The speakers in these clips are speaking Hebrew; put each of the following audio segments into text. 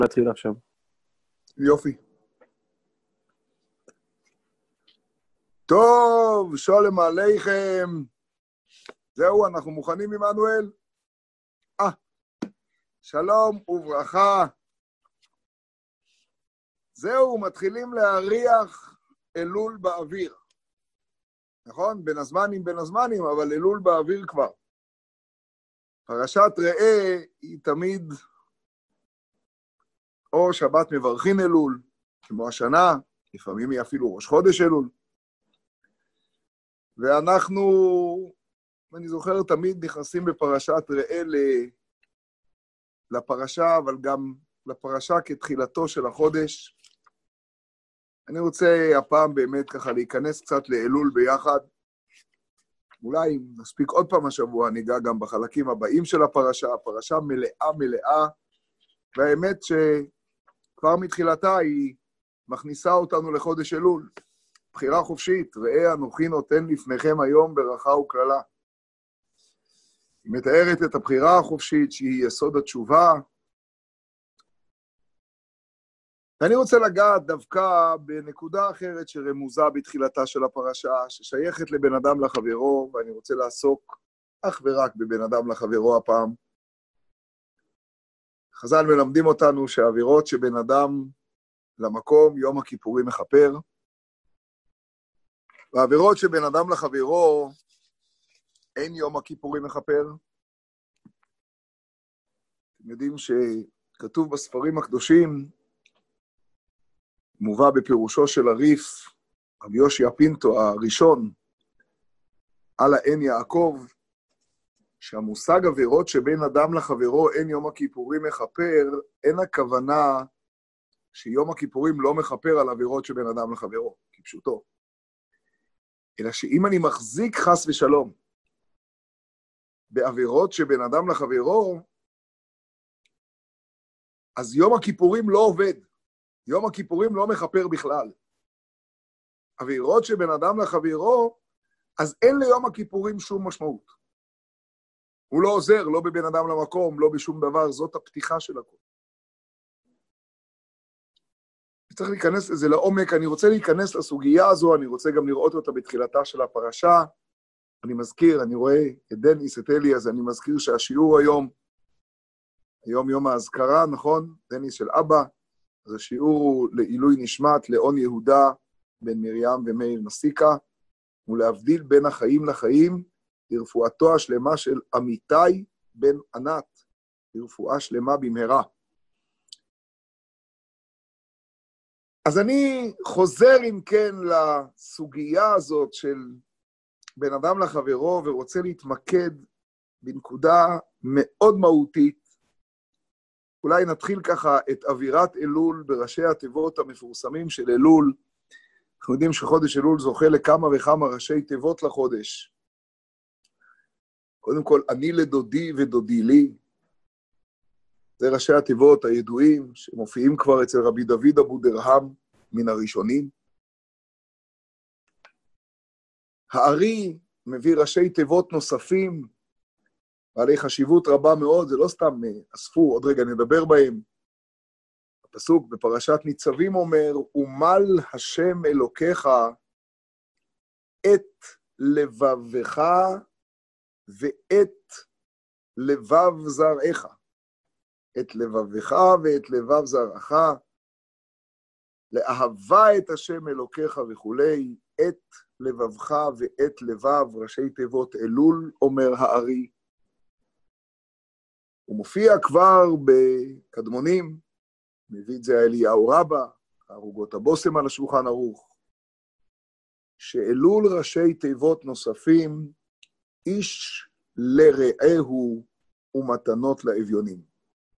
להתחיל עכשיו. יופי. טוב, שולם עליכם. זהו, אנחנו מוכנים, עמנואל? שלום וברכה. זהו, מתחילים להריח אלול באוויר. נכון? בין הזמנים, אבל אלול באוויר כבר. פרשת ראה היא תמיד או שבת מברכין אלול, כמו השנה, לפעמים היא אפילו ראש חודש אלול. ואנחנו, אני זוכר, תמיד נכנסים בפרשת ראה לפרשה, אבל גם לפרשה כתחילתו של החודש. אני רוצה הפעם באמת ככה להיכנס קצת לאלול ביחד. אולי נספיק עוד פעם השבוע, ניגע גם בחלקים הבאים של הפרשה, הפרשה מלאה, והאמת שכבר מתחילתה היא מכניסה אותנו לחודש אלול. בחירה חופשית, ראה אנוכי נותן לפניכם היום ברכה וקללה. היא מתארת את הבחירה החופשית שהיא יסוד התשובה. ואני רוצה לגעת דווקא בנקודה אחרת שרמוזה בתחילתה של הפרשה, ששייכת לבן אדם לחברו, ואני רוצה לעסוק אך ורק בבן אדם לחברו הפעם. חז"ל מלמדים אותנו שהעבירות שבין אדם למקום יום הכיפורים מכפר, והעבירות שבין אדם לחברו אין יום הכיפורים מכפר. אתם יודעים שכתוב בספרים הקדושים, מובא בפירושו של הריף, רבי יושע פינטו הראשון, על העין יעקב, שהמושג עבירות שבין אדם לחברו אין יום הכיפורים מכפר, אין הכוונה שיום הכיפורים לא מכפר על עבירות שבין אדם לחברו, כפשוטו. אלא שאם אני מחזיק חס ושלום בעבירות שבין אדם לחברו, אז יום הכיפורים לא עובד. יום הכיפורים לא מכפר בכלל. עבירות שבין אדם לחברו, אז אין ליום הכיפורים שום משמעות. הוא לא עוזר, לא בבין אדם למקום, לא בשום דבר, זאת הפתיחה של הכל. צריך להיכנס לזה לעומק, אני רוצה להיכנס לסוגיה הזו, אני רוצה גם לראות אותה בתחילתה של הפרשה. אני מזכיר, אני רואה את דניס, את אלי, אז אני מזכיר שהשיעור היום יום ההזכרה, נכון? דניס של אבא, אז השיעור הוא לעילוי נשמת, לאון יהודה, בן מרים ומאיר מסיקה, ולהבדיל בין החיים לחיים, לרפואתו השלמה של אמיתי בן ענת, לרפואה שלמה במהרה. אז אני חוזר אם כן לסוגיה הזאת של בן אדם לחברו, ורוצה להתמקד בנקודה מאוד מהותית. אולי נתחיל ככה את אווירת אלול בראשי התיבות המפורסמים של אלול. אנחנו יודעים שחודש אלול זוכה לכמה וכמה ראשי תיבות לחודש. קודם כל, אני לדודי ודודי לי. זה ראשי התיבות הידועים שמופיעים כבר אצל רבי דוד אבו דרהם מן הראשונים. הארי מביא ראשי תיבות נוספים, בעלי חשיבות רבה מאוד, זה לא סתם אספו, עוד רגע נדבר בהם. הפסוק בפרשת ניצבים אומר, ומל השם אלוקיך את לבבך ואת לבב זרעך. את לבבך ואת לבב זרעך, לאהבה את השם אלוקיך וכולי, את לבבך ואת לבב, ראשי תיבות אלול, אומר הארי. הוא מופיע כבר בקדמונים, מביא את זה אליהו רבא, הרוגות הבוסם על השולחן ערוך, שאלול ראשי תיבות נוספים, איש לרעהו ומתנות לאביונים.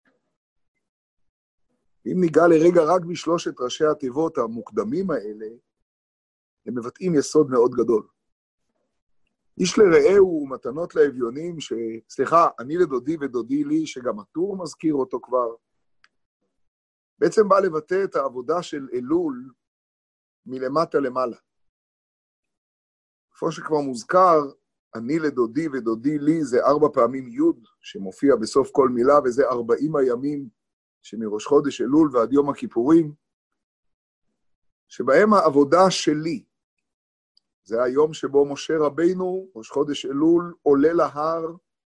אם ניגע לרגע רק בשלושת ראשי התיבות המוקדמים האלה, הם מבטאים יסוד מאוד גדול. איש לרעהו ומתנות לאביונים, אני לדודי ודודי לי, שגם הטור מזכיר אותו כבר, בעצם בא לבטא את העבודה של אלול מלמטה למעלה. איפה שכבר מוזכר, אני לדודי ודודי לי, זה 4 פעמים י' שמופיע בסוף כל מילה, וזה 40 הימים שמראש חודש אלול ועד יום הכיפורים, שבהם העבודה שלי, זה היום שבו משה רבינו, ראש חודש אלול, עולה להר,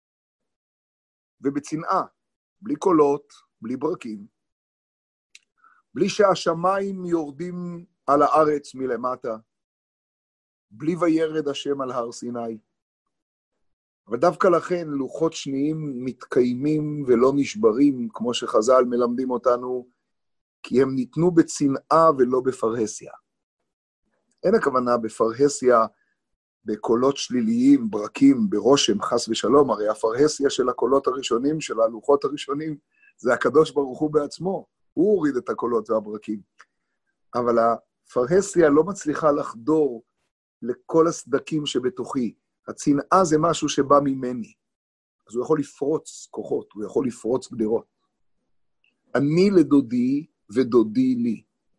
ובצנעה, בלי קולות, בלי ברקים, בלי שהשמיים יורדים על הארץ מלמטה, בלי וירד השם על הר סיני. אבל דווקא לכן לוחות שניים מתקיימים ולא נשברים, כמו שחז"ל מלמדים אותנו, כי הם ניתנו בצנעה ולא בפרהסיה. אין הכוונה בפרהסיה, בקולות שליליים, ברקים, ברושם, חס ושלום, הרי הפרהסיה של הקולות הראשונים, של הלוחות הראשונים, זה הקדוש ברוך הוא בעצמו, הוא הוריד את הקולות והברקים. אבל הפרהסיה לא מצליחה לחדור לכל הסדקים שבתוכי. הצנעה זה משהו שבא ממני. אז הוא יכול לפרוץ כוחות, הוא יכול לפרוץ גדרות. אני לדודי ודודי לי.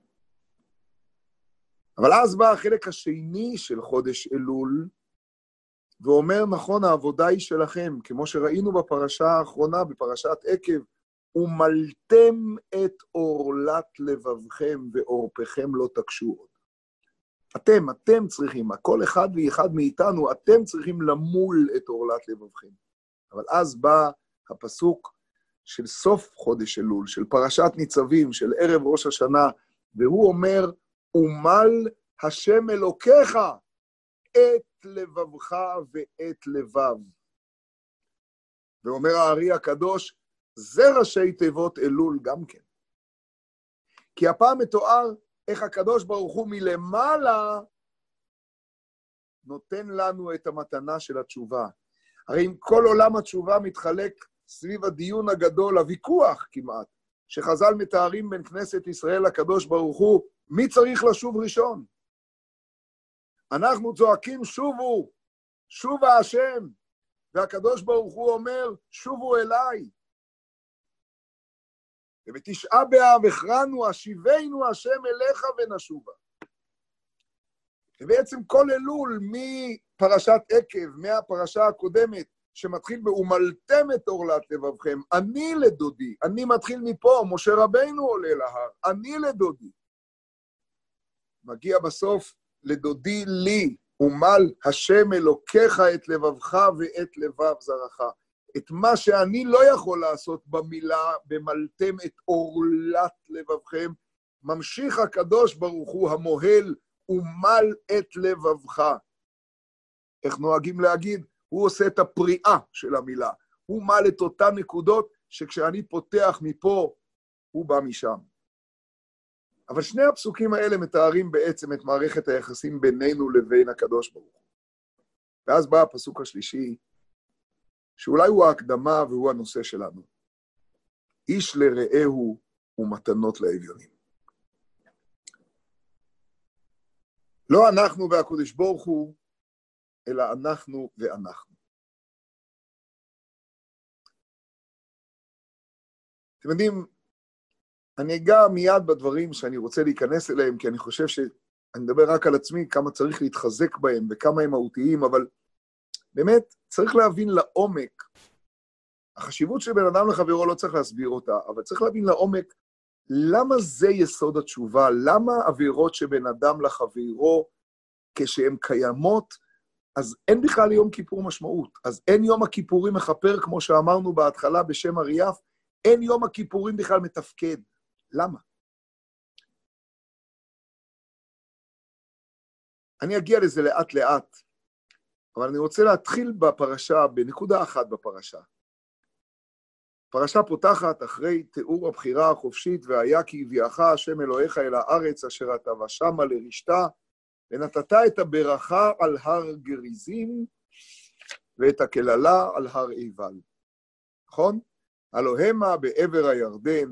אבל אז בא החלק השני של חודש אלול, ואומר, נכון, העבודה היא שלכם, כמו שראינו בפרשה האחרונה, בפרשת עקב, ומלתם את עורלת לבבכם ועורפכם לא תקשו עוד. אתם צריכים, כל אחד ואחד מאיתנו, אתם צריכים למול את עורלת לבבכם. אבל אז בא הפסוק של סוף חודש אלול, של פרשת ניצבים, של ערב ראש השנה, והוא אומר, ומל השם אלוקיך את לבבך ואת לבב. ואומר הארי הקדוש, זה ראשי תיבות אלול גם כן. כי הפעם מתואר איך הקדוש ברוך הוא מלמעלה נותן לנו את המתנה של התשובה. הרי אם כל עולם התשובה מתחלק סביב הדיון הגדול, הוויכוח כמעט, שחז"ל מתארים בין כנסת ישראל לקדוש ברוך הוא, מי צריך לשוב ראשון? אנחנו צועקים שובו, שובה השם, והקדוש ברוך הוא אומר, שובו אליי. ובתשעה באב הכרענו, השיבנו השם אליך ונשובה. ובעצם כל אלול מפרשת עקב, מהפרשה הקודמת, שמתחיל באומלתם את עורלת לבבכם, אני לדודי, אני מתחיל מפה, משה רבינו עולה להר, אני לדודי. מגיע בסוף לדודי לי, ומל השם אלוקיך את לבבך ואת לבב זרעך. את מה שאני לא יכול לעשות במילה, במלתם את עורלת לבבכם, ממשיך הקדוש ברוך הוא המוהל, ומל את לבבך. איך נוהגים להגיד? הוא עושה את הפריאה של המילה. הוא מל את אותן נקודות שכשאני פותח מפה, הוא בא משם. אבל שני הפסוקים האלה מתארים בעצם את מערכת היחסים בינינו לבין הקדוש ברוך הוא. ואז בא הפסוק השלישי, שאולי הוא ההקדמה והוא הנושא שלנו. איש לרעהו ומתנות לאביונים. לא אנחנו והקדוש ברוך הוא, אלא אנחנו ואנחנו. אתם יודעים, אני אגע מיד בדברים שאני רוצה להיכנס אליהם, כי אני חושב שאני מדבר רק על עצמי, כמה צריך להתחזק בהם וכמה הם מהותיים, אבל באמת צריך להבין לעומק, החשיבות של בן אדם לחברו לא צריך להסביר אותה, אבל צריך להבין לעומק, למה זה יסוד התשובה, למה עבירות שבין אדם לחברו, כשהן קיימות, אז אין בכלל יום כיפור משמעות, אז אין יום הכיפורים מחפר, כמו שאמרנו בהתחלה בשם אריאף, אין יום הכיפורים בכלל מתפקד. למה? אני אגיע לזה לאט לאט, אבל אני רוצה להתחיל בפרשה, בנקודה אחת בפרשה. פרשה פותחת אחרי תיאור הבחירה החופשית, והיה כי הביאך השם אלוהיך אל הארץ אשר אתה ושמה לרשתה, ונתת את הברכה על הר גריזים, ואת הקללה על הר עיבל. נכון? הלא המה בעבר הירדן.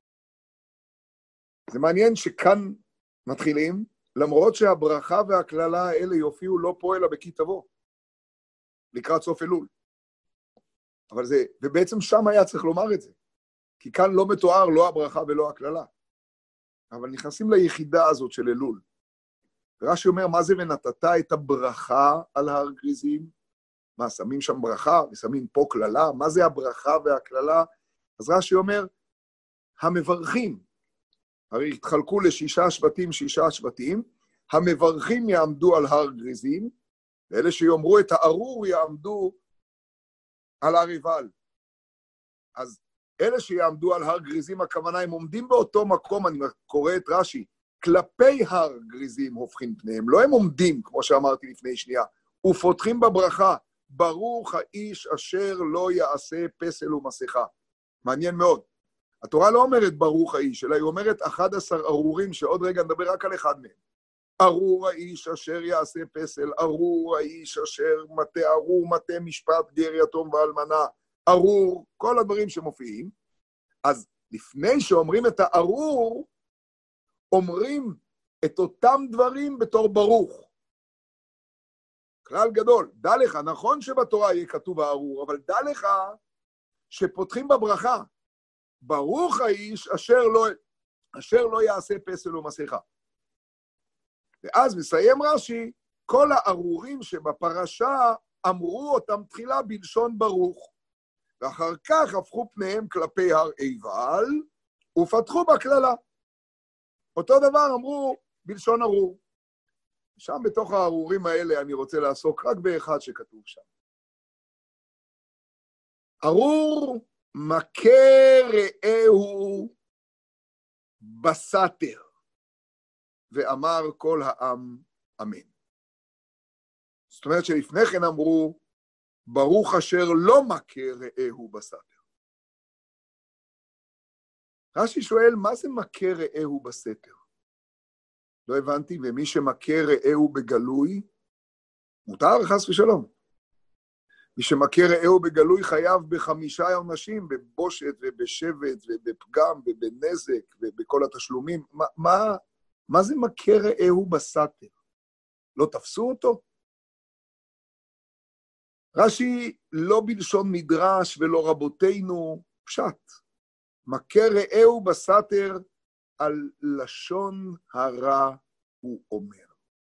זה מעניין שכאן מתחילים, למרות שהברכה והקללה האלה יופיעו לא פה אלא בכי תבוא, לקראת סוף אלול. אבל זה, ובעצם שם היה צריך לומר את זה, כי כאן לא מתואר לא הברכה ולא הקללה. אבל נכנסים ליחידה הזאת של אלול. ורש"י אומר, מה זה ונתת את הברכה על הר גריזים? מה, שמים שם ברכה ושמים פה קללה? מה זה הברכה והקללה? אז רש"י אומר, המברכים, הרי התחלקו ל6 שבטים, 6 שבטים, המברכים יעמדו על הר גריזים, ואלה שיאמרו את הארור יעמדו על הר עיבל. אז אלה שיעמדו על הר גריזים, הכוונה הם עומדים באותו מקום, אני קורא את רש"י, כלפי הר גריזים הופכים פניהם, לא הם עומדים, כמו שאמרתי לפני שנייה, ופותחים בברכה, ברוך האיש אשר לא יעשה פסל ומסכה. מעניין מאוד. התורה לא אומרת ברוך האיש, אלא היא אומרת 11 ארורים, שעוד רגע נדבר רק על אחד מהם. ארור האיש אשר יעשה פסל, ארור האיש אשר ארור מטה משפט גר יתום ואלמנה, ארור, כל הדברים שמופיעים. אז לפני שאומרים את הארור, אומרים את אותם דברים בתור ברוך. כלל גדול, דע לך, נכון שבתורה יהיה כתוב הארור, אבל דע לך שפותחים בברכה, ברוך האיש אשר לא יעשה פסל ומסכה. ואז מסיים רש"י, כל הארורים שבפרשה אמרו אותם תחילה בלשון ברוך, ואחר כך הפכו פניהם כלפי הר עיבל, ופתחו בכללה. אותו דבר אמרו בלשון ארור. שם בתוך הארורים האלה אני רוצה לעסוק רק באחד שכתוב שם. ארור מכה רעהו בסתר, ואמר כל העם אמן. זאת אומרת שלפני כן אמרו, ברוך אשר לא מכה רעהו בסתר. רש"י שואל, מה זה מכה רעהו בסתר? לא הבנתי, ומי שמכה רעהו בגלוי, מותר חס ושלום. מי שמכה רעהו בגלוי חייב ב5 עונשים, בבושת ובשבט ובפגם ובנזק ובכל התשלומים. מה זה מכה רעהו בסתר? לא תפסו אותו? רש"י לא בלשון מדרש ולא רבותינו, פשט. מכה רעהו בסתר על לשון הרע הוא אומר.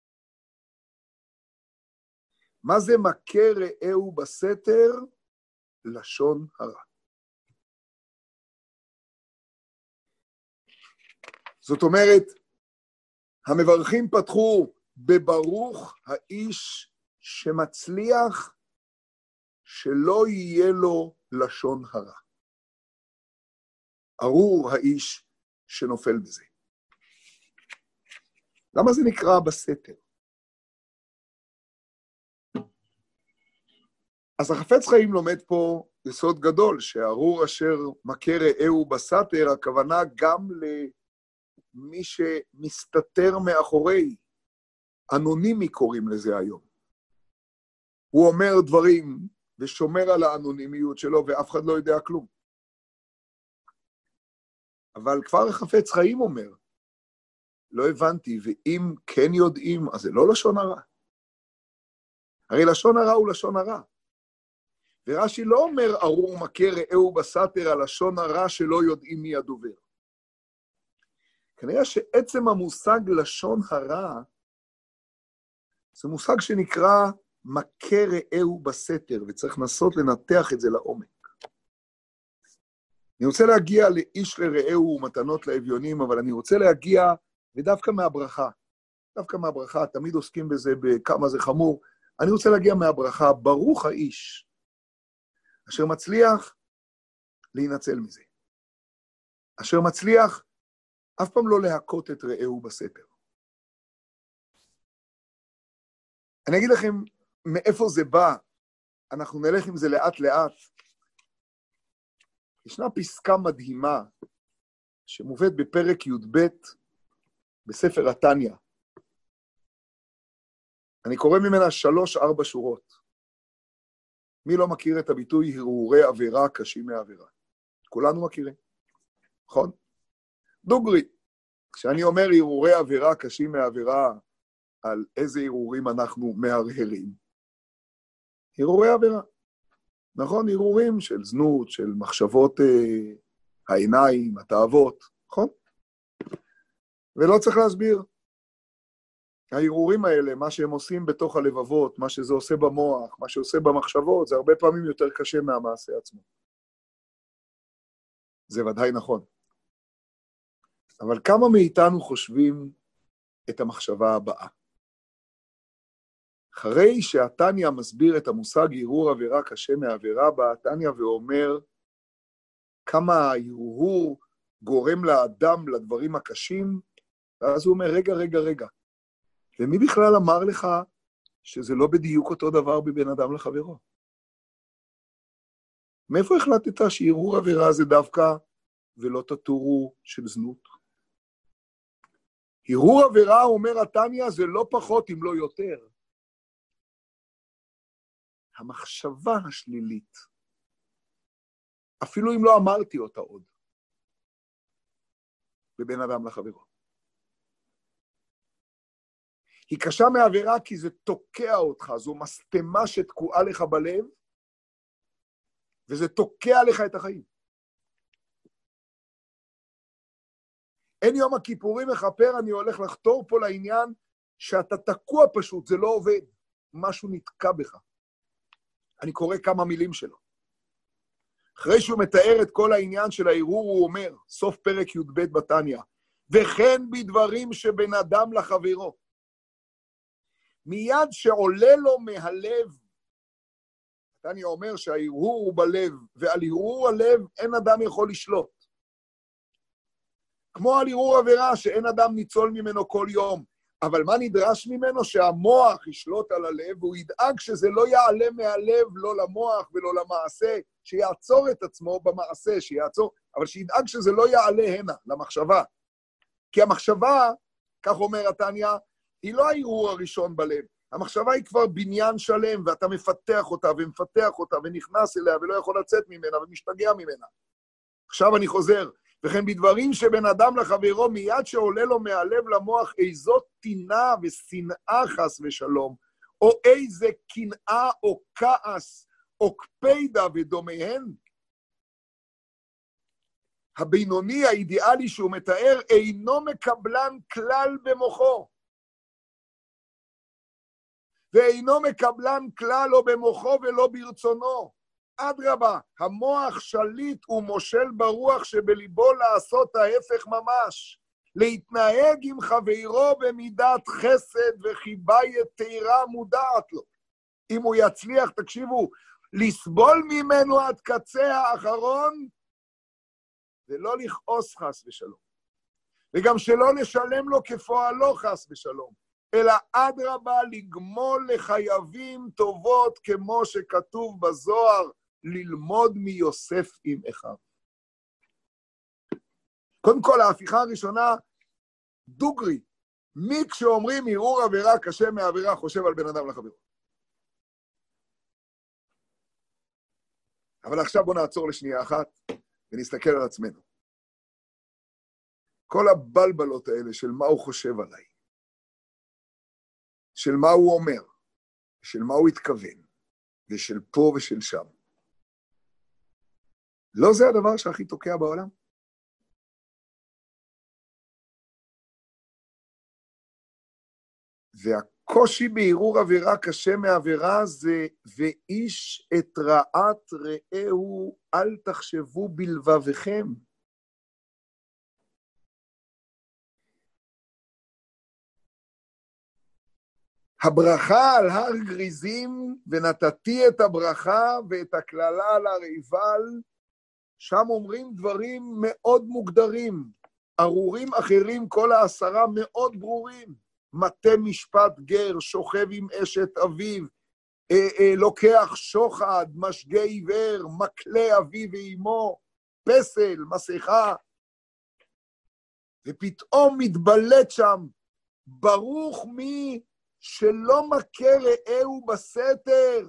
מה זה מכה רעהו בסתר? לשון הרע. זאת אומרת, המברכים פתחו בברוך האיש שמצליח שלא יהיה לו לשון הרע. ארור האיש שנופל בזה. למה זה נקרא בסתר? אז החפץ חיים לומד פה יסוד גדול, שהארור אשר מכה רעהו בסתר, הכוונה גם למי שמסתתר מאחורי, אנונימי קוראים לזה היום. הוא אומר דברים ושומר על האנונימיות שלו, ואף אחד לא יודע כלום. אבל כבר החפץ חיים אומר, לא הבנתי, ואם כן יודעים, אז זה לא לשון הרע. הרי לשון הרע הוא לשון הרע. ורש"י לא אומר ארור מכה רעהו בסתר על לשון הרע שלא יודעים מי הדובר. כנראה שעצם המושג לשון הרע, זה מושג שנקרא מכה רעהו בסתר, וצריך לנסות לנתח את זה לעומק. אני רוצה להגיע לאיש לרעהו ומתנות לאביונים, אבל אני רוצה להגיע, ודווקא מהברכה, דווקא מהברכה, תמיד עוסקים בזה בכמה זה חמור, אני רוצה להגיע מהברכה, ברוך האיש, אשר מצליח להינצל מזה. אשר מצליח אף פעם לא להכות את רעהו בסתר. אני אגיד לכם מאיפה זה בא, אנחנו נלך עם זה לאט לאט. ישנה פסקה מדהימה שמובאת בפרק י"ב בספר התניא. אני קורא ממנה 3-4 שורות. מי לא מכיר את הביטוי הרהורי עבירה קשים מעבירה? כולנו מכירים, נכון? דוגרי, כשאני אומר הרהורי עבירה קשים מעבירה, על איזה הרהורים אנחנו מהרהרים? הרהורי עבירה. נכון? הרהורים של זנות, של מחשבות העיניים, התאוות, נכון? ולא צריך להסביר. ההרהורים האלה, מה שהם עושים בתוך הלבבות, מה שזה עושה במוח, מה שעושה במחשבות, זה הרבה פעמים יותר קשה מהמעשה עצמו. זה ודאי נכון. אבל כמה מאיתנו חושבים את המחשבה הבאה? אחרי שהתניא מסביר את המושג הרהור עבירה קשה מעבירה, בא התניא ואומר כמה ההרהור גורם לאדם לדברים הקשים, ואז הוא אומר, רגע, ומי בכלל אמר לך שזה לא בדיוק אותו דבר בבין אדם לחברו? מאיפה החלטת שהרהור עבירה זה דווקא ולא תטורו של זנות? הרהור עבירה, אומר התניא, זה לא פחות אם לא יותר. המחשבה השלילית, אפילו אם לא אמרתי אותה עוד, בבין אדם לחברו. היא קשה מעבירה כי זה תוקע אותך, זו מסתמה שתקועה לך בלב, וזה תוקע לך את החיים. אין יום הכיפורים מכפר, אני הולך לחתור פה לעניין שאתה תקוע פשוט, זה לא עובד, משהו נתקע בך. אני קורא כמה מילים שלו. אחרי שהוא מתאר את כל העניין של ההרהור, הוא אומר, סוף פרק י"ב בתניא, וכן בדברים שבין אדם לחברו. מיד שעולה לו מהלב, התניא אומר שההרהור הוא בלב, ועל הרהור הלב אין אדם יכול לשלוט. כמו על הרהור עבירה שאין אדם ניצול ממנו כל יום, אבל מה נדרש ממנו? שהמוח ישלוט על הלב, והוא ידאג שזה לא יעלה מהלב, לא למוח ולא למעשה, שיעצור את עצמו במעשה, אבל שידאג שזה לא יעלה הנה, למחשבה. כי המחשבה, כך אומר התניא, היא לא ההרהור הראשון בלב. המחשבה היא כבר בניין שלם, ואתה מפתח אותה ומפתח אותה, ונכנס אליה ולא יכול לצאת ממנה, ומשתגע ממנה. עכשיו אני חוזר, וכן בדברים שבין אדם לחברו, מיד שעולה לו מהלב למוח איזו טינה ושנאה חס ושלום, או איזה קנאה או כעס, או קפידה ודומיהן, הבינוני האידיאלי שהוא מתאר, אינו מקבלן כלל במוחו. ואינו מקבלן כלל לא במוחו ולא ברצונו. אדרבה, המוח שליט ומושל ברוח שבליבו לעשות ההפך ממש, להתנהג עם חברו במידת חסד וחיבה יתרה מודעת לו. אם הוא יצליח, תקשיבו, לסבול ממנו עד קצה האחרון, ולא לכעוס חס ושלום. וגם שלא נשלם לו כפועלו חס ושלום, אלא אדרבה לגמול לחייבים טובות, כמו שכתוב בזוהר, ללמוד מיוסף עם אחיו. קודם כל, ההפיכה הראשונה, דוגרי, מי כשאומרים הרהור עבירה קשה מעבירה, חושב על בן אדם לחברו. אבל עכשיו בוא נעצור לשנייה אחת, ונסתכל על עצמנו. כל הבלבלות האלה של מה הוא חושב עליי, של מה הוא אומר, של מה הוא התכוון, ושל פה ושל שם. לא זה הדבר שהכי תוקע בעולם? והקושי בהרהור עבירה קשה מעבירה זה, ואיש את רעת רעהו אל תחשבו בלבבכם. הברכה על הר גריזים, ונתתי את הברכה ואת הכללה על הר עיבל, שם אומרים דברים מאוד מוגדרים, ארורים אחרים, כל 10 מאוד ברורים, מטה משפט גר, שוכב עם אשת אביו, לוקח שוחד, משגה עיוור, מקלה אביו ואימו, פסל, מסכה, ופתאום מתבלט שם, ברוך מי שלא מכה רעהו בסתר,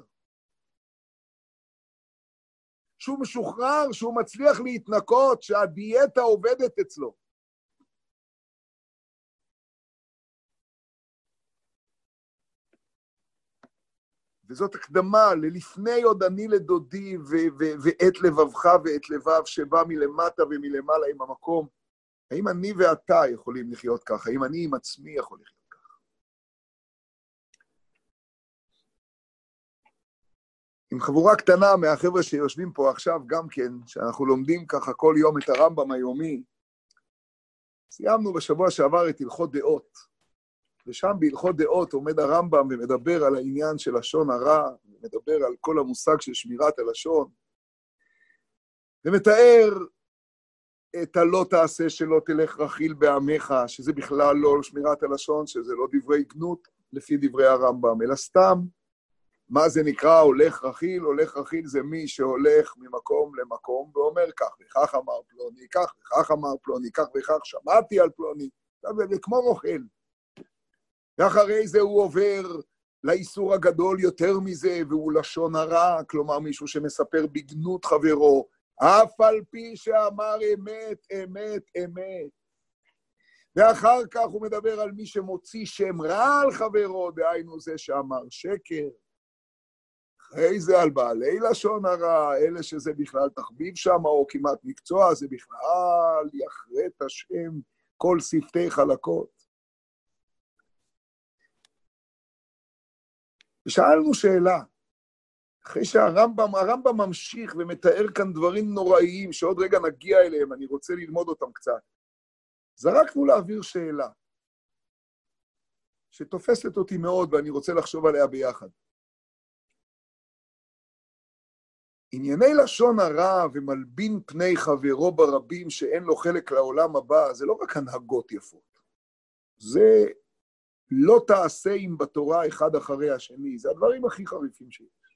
שהוא משוחרר, שהוא מצליח להתנקות, שהדיאטה עובדת אצלו. וזאת הקדמה ללפני עוד אני לדודי ואת לבבך ואת לבב שבא מלמטה ומלמעלה עם המקום. האם אני ואתה יכולים לחיות ככה? האם אני עם עצמי יכול לחיות ככה? עם חבורה קטנה מהחבר'ה שיושבים פה עכשיו גם כן, שאנחנו לומדים ככה כל יום את הרמב"ם היומי, סיימנו בשבוע שעבר את הלכות דעות, ושם בהלכות דעות עומד הרמב"ם ומדבר על העניין של לשון הרע, ומדבר על כל המושג של שמירת הלשון, ומתאר את הלא תעשה שלא תלך רכיל בעמך, שזה בכלל לא שמירת הלשון, שזה לא דברי גנות לפי דברי הרמב"ם, אלא סתם, מה זה נקרא הולך רכיל? הולך רכיל זה מי שהולך ממקום למקום ואומר כך וכך אמר פלוני, כך וכך אמר פלוני, כך וכך שמעתי על פלוני, זה כמו רוכל. ואחרי זה הוא עובר לאיסור הגדול יותר מזה, והוא לשון הרע, כלומר מישהו שמספר בגנות חברו, אף על פי שאמר אמת, אמת, אמת. ואחר כך הוא מדבר על מי שמוציא שם רע על חברו, דהיינו זה שאמר שקר. אחרי זה על בעלי לשון הרע, אלה שזה בכלל תחביב שם, או כמעט מקצוע, זה בכלל יחרט השם כל שפתי חלקות. ושאלנו שאלה, אחרי שהרמב"ם ממשיך ומתאר כאן דברים נוראיים, שעוד רגע נגיע אליהם, אני רוצה ללמוד אותם קצת. זרקנו להעביר שאלה, שתופסת אותי מאוד, ואני רוצה לחשוב עליה ביחד. ענייני לשון הרע ומלבין פני חברו ברבים שאין לו חלק לעולם הבא, זה לא רק הנהגות יפות. זה לא תעשה אם בתורה אחד אחרי השני, זה הדברים הכי חריפים שיש.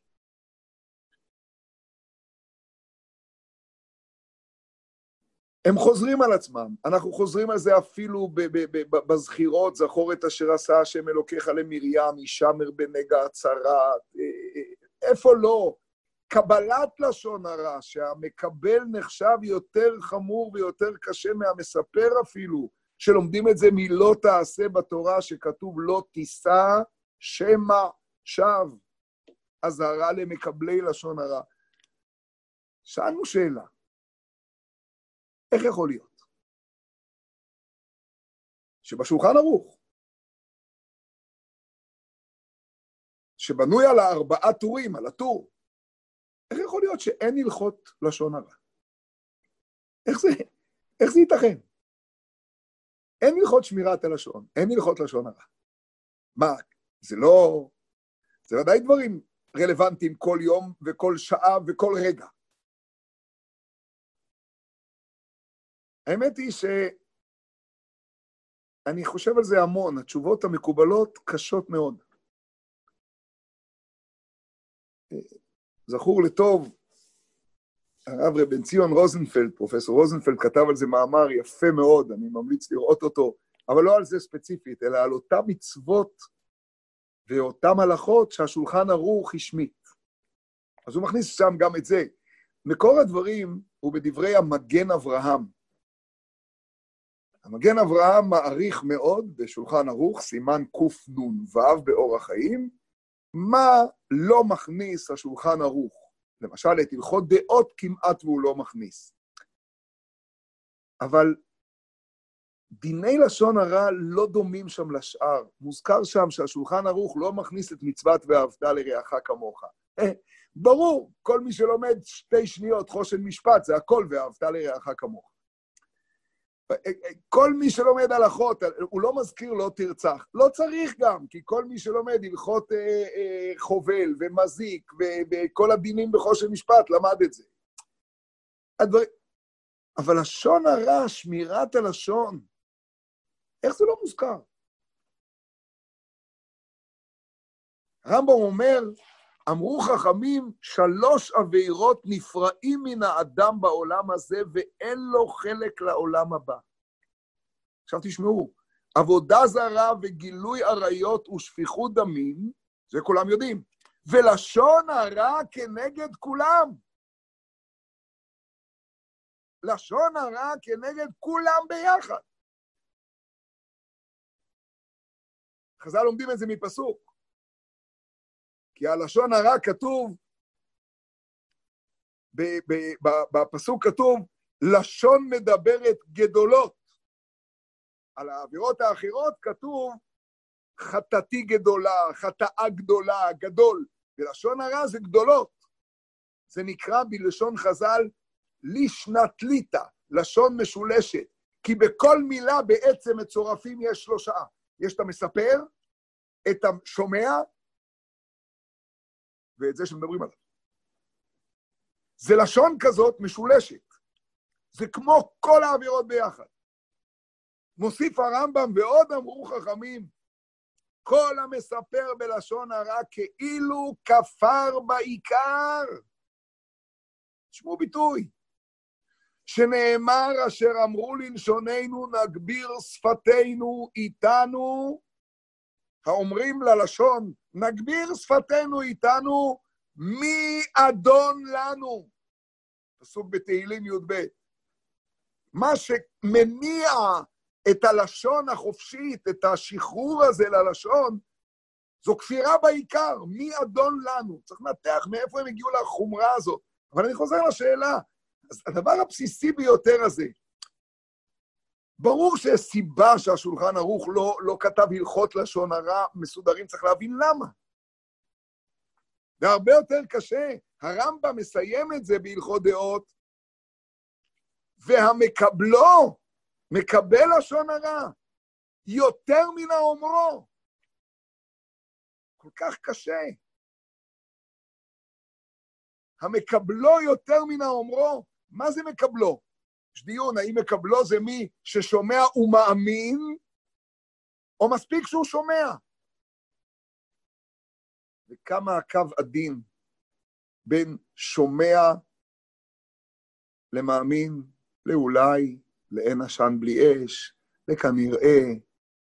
הם חוזרים על עצמם, אנחנו חוזרים על זה אפילו בזכירות, זכור את אשר עשה השם אלוקיך למרים, ישמר בנגע הצרת, איפה לא? קבלת לשון הרע, שהמקבל נחשב יותר חמור ויותר קשה מהמספר אפילו, שלומדים את זה מלא תעשה בתורה, שכתוב לא תישא שמא שווא, אזהרה למקבלי לשון הרע. שאלנו שאלה, איך יכול להיות? שבשולחן ערוך, שבנוי על 4 טורים, על הטור, איך יכול להיות שאין הלכות לשון הרע? איך זה ייתכן? אין הלכות שמירת הלשון, אין הלכות לשון הרע. מה, זה ודאי דברים רלוונטיים כל יום וכל שעה וכל רגע. האמת היא שאני חושב על זה המון, התשובות המקובלות קשות מאוד. זכור לטוב, הרב רבן ציון רוזנפלד, פרופסור רוזנפלד, כתב על זה מאמר יפה מאוד, אני ממליץ לראות אותו, אבל לא על זה ספציפית, אלא על אותם מצוות ואותם הלכות שהשולחן ערוך השמיט. אז הוא מכניס שם גם את זה. מקור הדברים הוא בדברי המגן אברהם. המגן אברהם מעריך מאוד בשולחן ערוך, סימן קנ"ו באור החיים, מה לא מכניס השולחן ערוך. למשל, את הלכות דעות כמעט והוא לא מכניס. אבל דיני לשון הרע לא דומים שם לשאר. מוזכר שם שהשולחן ערוך לא מכניס את מצוות ואהבת לרעך כמוך. ברור, כל מי שלומד 2 שניות חושן משפט, זה הכל ואהבת לרעך כמוך. כל מי שלומד הלכות, הוא לא מזכיר לא תרצח. לא צריך גם, כי כל מי שלומד הלכות חובל ומזיק וכל הדינים בחושן משפט למד את זה. אבל לשון הרע, שמירת הלשון, איך זה לא מוזכר? הרמב"ם אומר, אמרו חכמים, 3 עבירות נפרעים מן האדם בעולם הזה, ואין לו חלק לעולם הבא. עכשיו תשמעו, עבודה זרה וגילוי עריות ושפיכות דמים, זה כולם יודעים, ולשון הרע כנגד כולם. לשון הרע כנגד כולם ביחד. חז"ל לומדים את זה מפסוק. כי הלשון הרע כתוב, בפסוק כתוב, לשון מדברת גדולות. על העבירות האחרות כתוב, חטאתי גדולה, חטאה גדולה, גדול. ולשון הרע זה גדולות. זה נקרא בלשון חז"ל, לישנתליתא, לשון משולשת. כי בכל מילה בעצם מצורפים יש 3. יש את המספר, את השומע, ואת זה שמדברים עליו. זה לשון כזאת משולשת. זה כמו כל האווירות ביחד. מוסיף הרמב"ם, ועוד אמרו חכמים, כל המספר בלשון הרע כאילו כפר בעיקר. תשמעו ביטוי. שנאמר אשר אמרו ללשוננו נגביר שפתנו איתנו, האומרים ללשון נגביר שפתנו איתנו, מי אדון לנו? פסוק בתהילים י"ב. מה שמניע את הלשון החופשית, את השחרור הזה ללשון, זו כפירה בעיקר, מי אדון לנו? צריך לנתח מאיפה הם הגיעו לחומרה הזאת. אבל אני חוזר לשאלה, אז הדבר הבסיסי ביותר הזה, ברור שיש סיבה שהשולחן ערוך לא כתב הלכות לשון הרע מסודרים, צריך להבין למה. זה הרבה יותר קשה. הרמב"ם מסיים את זה בהלכות דעות, והמקבלו, מקבל לשון הרע, יותר מן האומרו. כל כך קשה. המקבלו יותר מן האומרו. מה זה מקבלו? יש דיון, האם מקבלו זה מי ששומע ומאמין, או מספיק שהוא שומע? וכמה הקו עדין בין שומע למאמין, לאולי, לאין עשן בלי אש, לכנראה.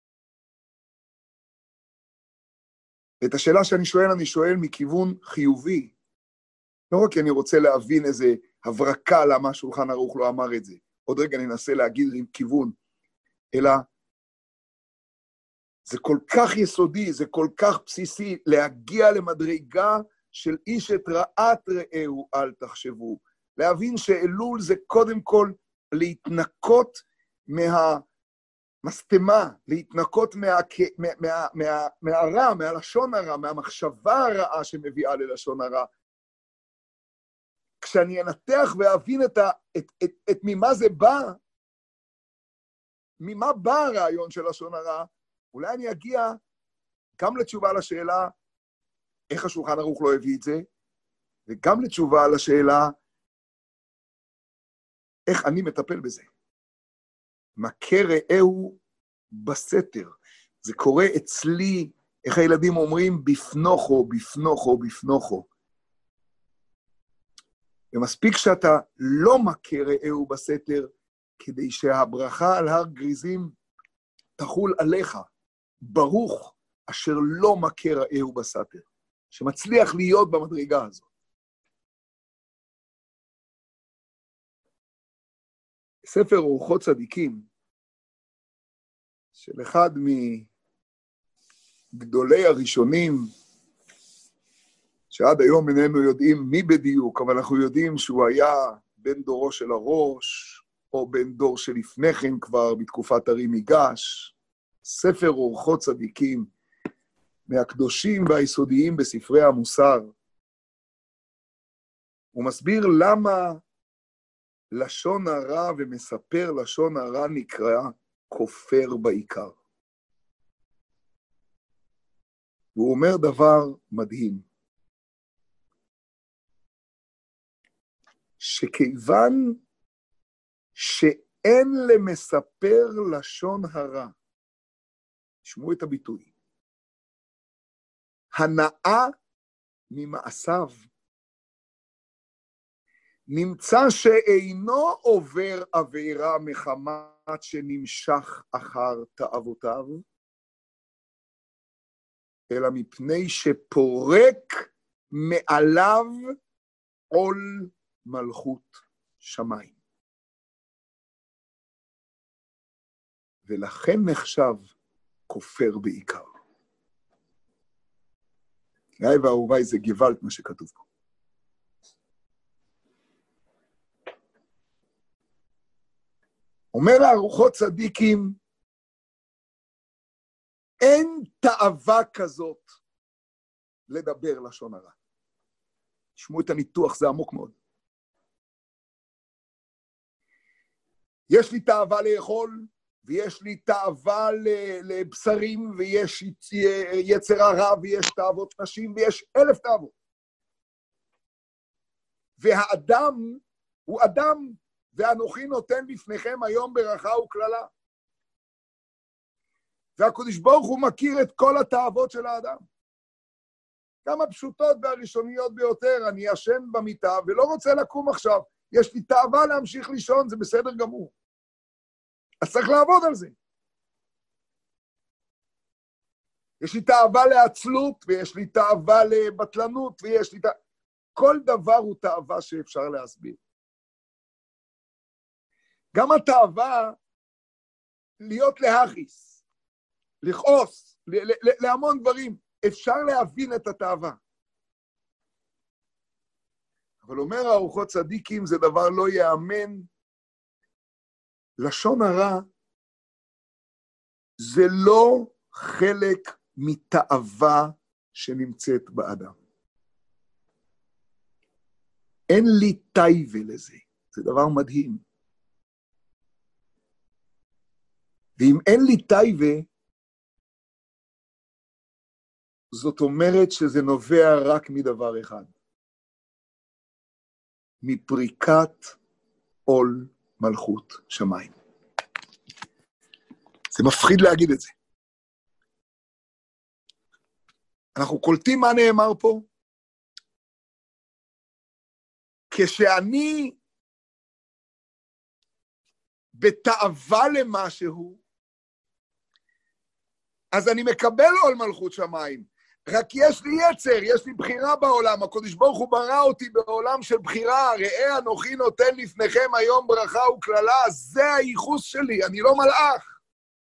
את השאלה שאני שואל, אני שואל מכיוון חיובי. לא רק כי אני רוצה להבין איזה הברקה למה השולחן ערוך לא אמר את זה. עוד רגע ננסה להגיד עם כיוון. אלא זה כל כך יסודי, זה כל כך בסיסי, להגיע למדרגה של איש את רעת רעהו אל תחשבו. להבין שאלול זה קודם כל להתנקות מהמסתמה, להתנקות מהרע, מהלשון הרע, מהמחשבה הרעה שמביאה ללשון הרע. כשאני אנתח ואבין את ממה זה בא, ממה בא הרעיון של לשון הרע, אולי אני אגיע גם לתשובה לשאלה איך השולחן ערוך לא הביא את זה, וגם לתשובה לשאלה איך אני מטפל בזה. מכה רעהו בסתר. זה קורה אצלי, איך הילדים אומרים, בפנוכו, בפנוכו, בפנוכו. ומספיק שאתה לא מכה רעהו בסתר, כדי שהברכה על הר גריזים תחול עליך. ברוך אשר לא מכה רעהו בסתר. שמצליח להיות במדרגה הזו. ספר אורחות צדיקים, של אחד מגדולי הראשונים, שעד היום איננו יודעים מי בדיוק, אבל אנחנו יודעים שהוא היה בן דורו של הראש, או בן דור שלפני כן כבר בתקופת הרי מיגש, ספר אורחות צדיקים, מהקדושים והיסודיים בספרי המוסר. הוא מסביר למה לשון הרע ומספר לשון הרע נקרא כופר בעיקר. והוא אומר דבר מדהים, שכיוון שאין למספר לשון הרע, תשמעו את הביטוי, הנאה ממעשיו, נמצא שאינו עובר עבירה מחמת שנמשך אחר תאוותיו, אלא מפני שפורק מעליו עול מלכות שמיים. ולכן נחשב כופר בעיקר. גאי ואהוביי, זה גוואלד מה שכתוב פה. אומר הארוחות צדיקים, אין תאווה כזאת לדבר לשון הרע. תשמעו את הניתוח, זה עמוק מאוד. יש לי תאווה לאכול, ויש לי תאווה לבשרים, ויש יצר הרע, ויש תאוות נשים, ויש 1000 תאוות. והאדם הוא אדם, ואנוכי נותן בפניכם היום ברכה וקללה. והקדוש ברוך הוא מכיר את כל התאוות של האדם. כמה פשוטות והראשוניות ביותר, אני ישן במיטה ולא רוצה לקום עכשיו, יש לי תאווה להמשיך לישון, זה בסדר גמור. אז צריך לעבוד על זה. יש לי תאווה לעצלות, ויש לי תאווה לבטלנות, ויש לי כל דבר הוא תאווה שאפשר להסביר. גם התאווה להיות להכיס, לכעוס, להמון דברים, אפשר להבין את התאווה. אבל אומר הארוחות צדיקים, זה דבר לא יאמן, לשון הרע זה לא חלק מתאווה שנמצאת באדם. אין לי טייבה לזה, זה דבר מדהים. ואם אין לי טייבה, זאת אומרת שזה נובע רק מדבר אחד. מפריקת עול מלכות שמיים. זה מפחיד להגיד את זה. אנחנו קולטים מה נאמר פה? כשאני בתאווה למשהו, אז אני מקבל עול מלכות שמיים. רק יש לי יצר, יש לי בחירה בעולם. הקדוש ברוך הוא ברא אותי בעולם של בחירה. ראה אנוכי נותן לפניכם היום ברכה וקללה. זה הייחוס שלי, אני לא מלאך.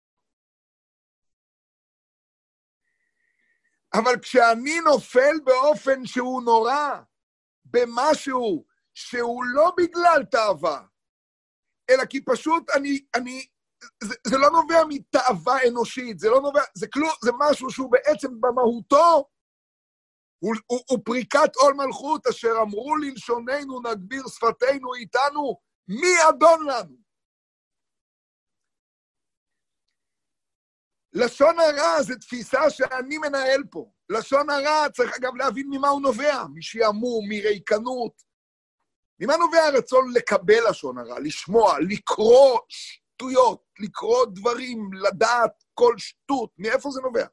אבל כשאני נופל באופן שהוא נורא, במשהו שהוא לא בגלל תאווה, אלא כי פשוט זה לא נובע מתאווה אנושית, זה לא נובע, זה משהו שהוא בעצם במהותו, הוא פריקת עול מלכות, אשר אמרו ללשוננו נגביר שפתנו איתנו, מי אדון לנו? לשון הרע זה תפיסה שאני מנהל פה. לשון הרע צריך אגב להבין ממה הוא נובע, משעמום, מריקנות. ממה נובע הרצון לקבל לשון הרע, לשמוע, לקרוא שטויות, לקרוא דברים, לדעת כל שטות, מאיפה זה נובע?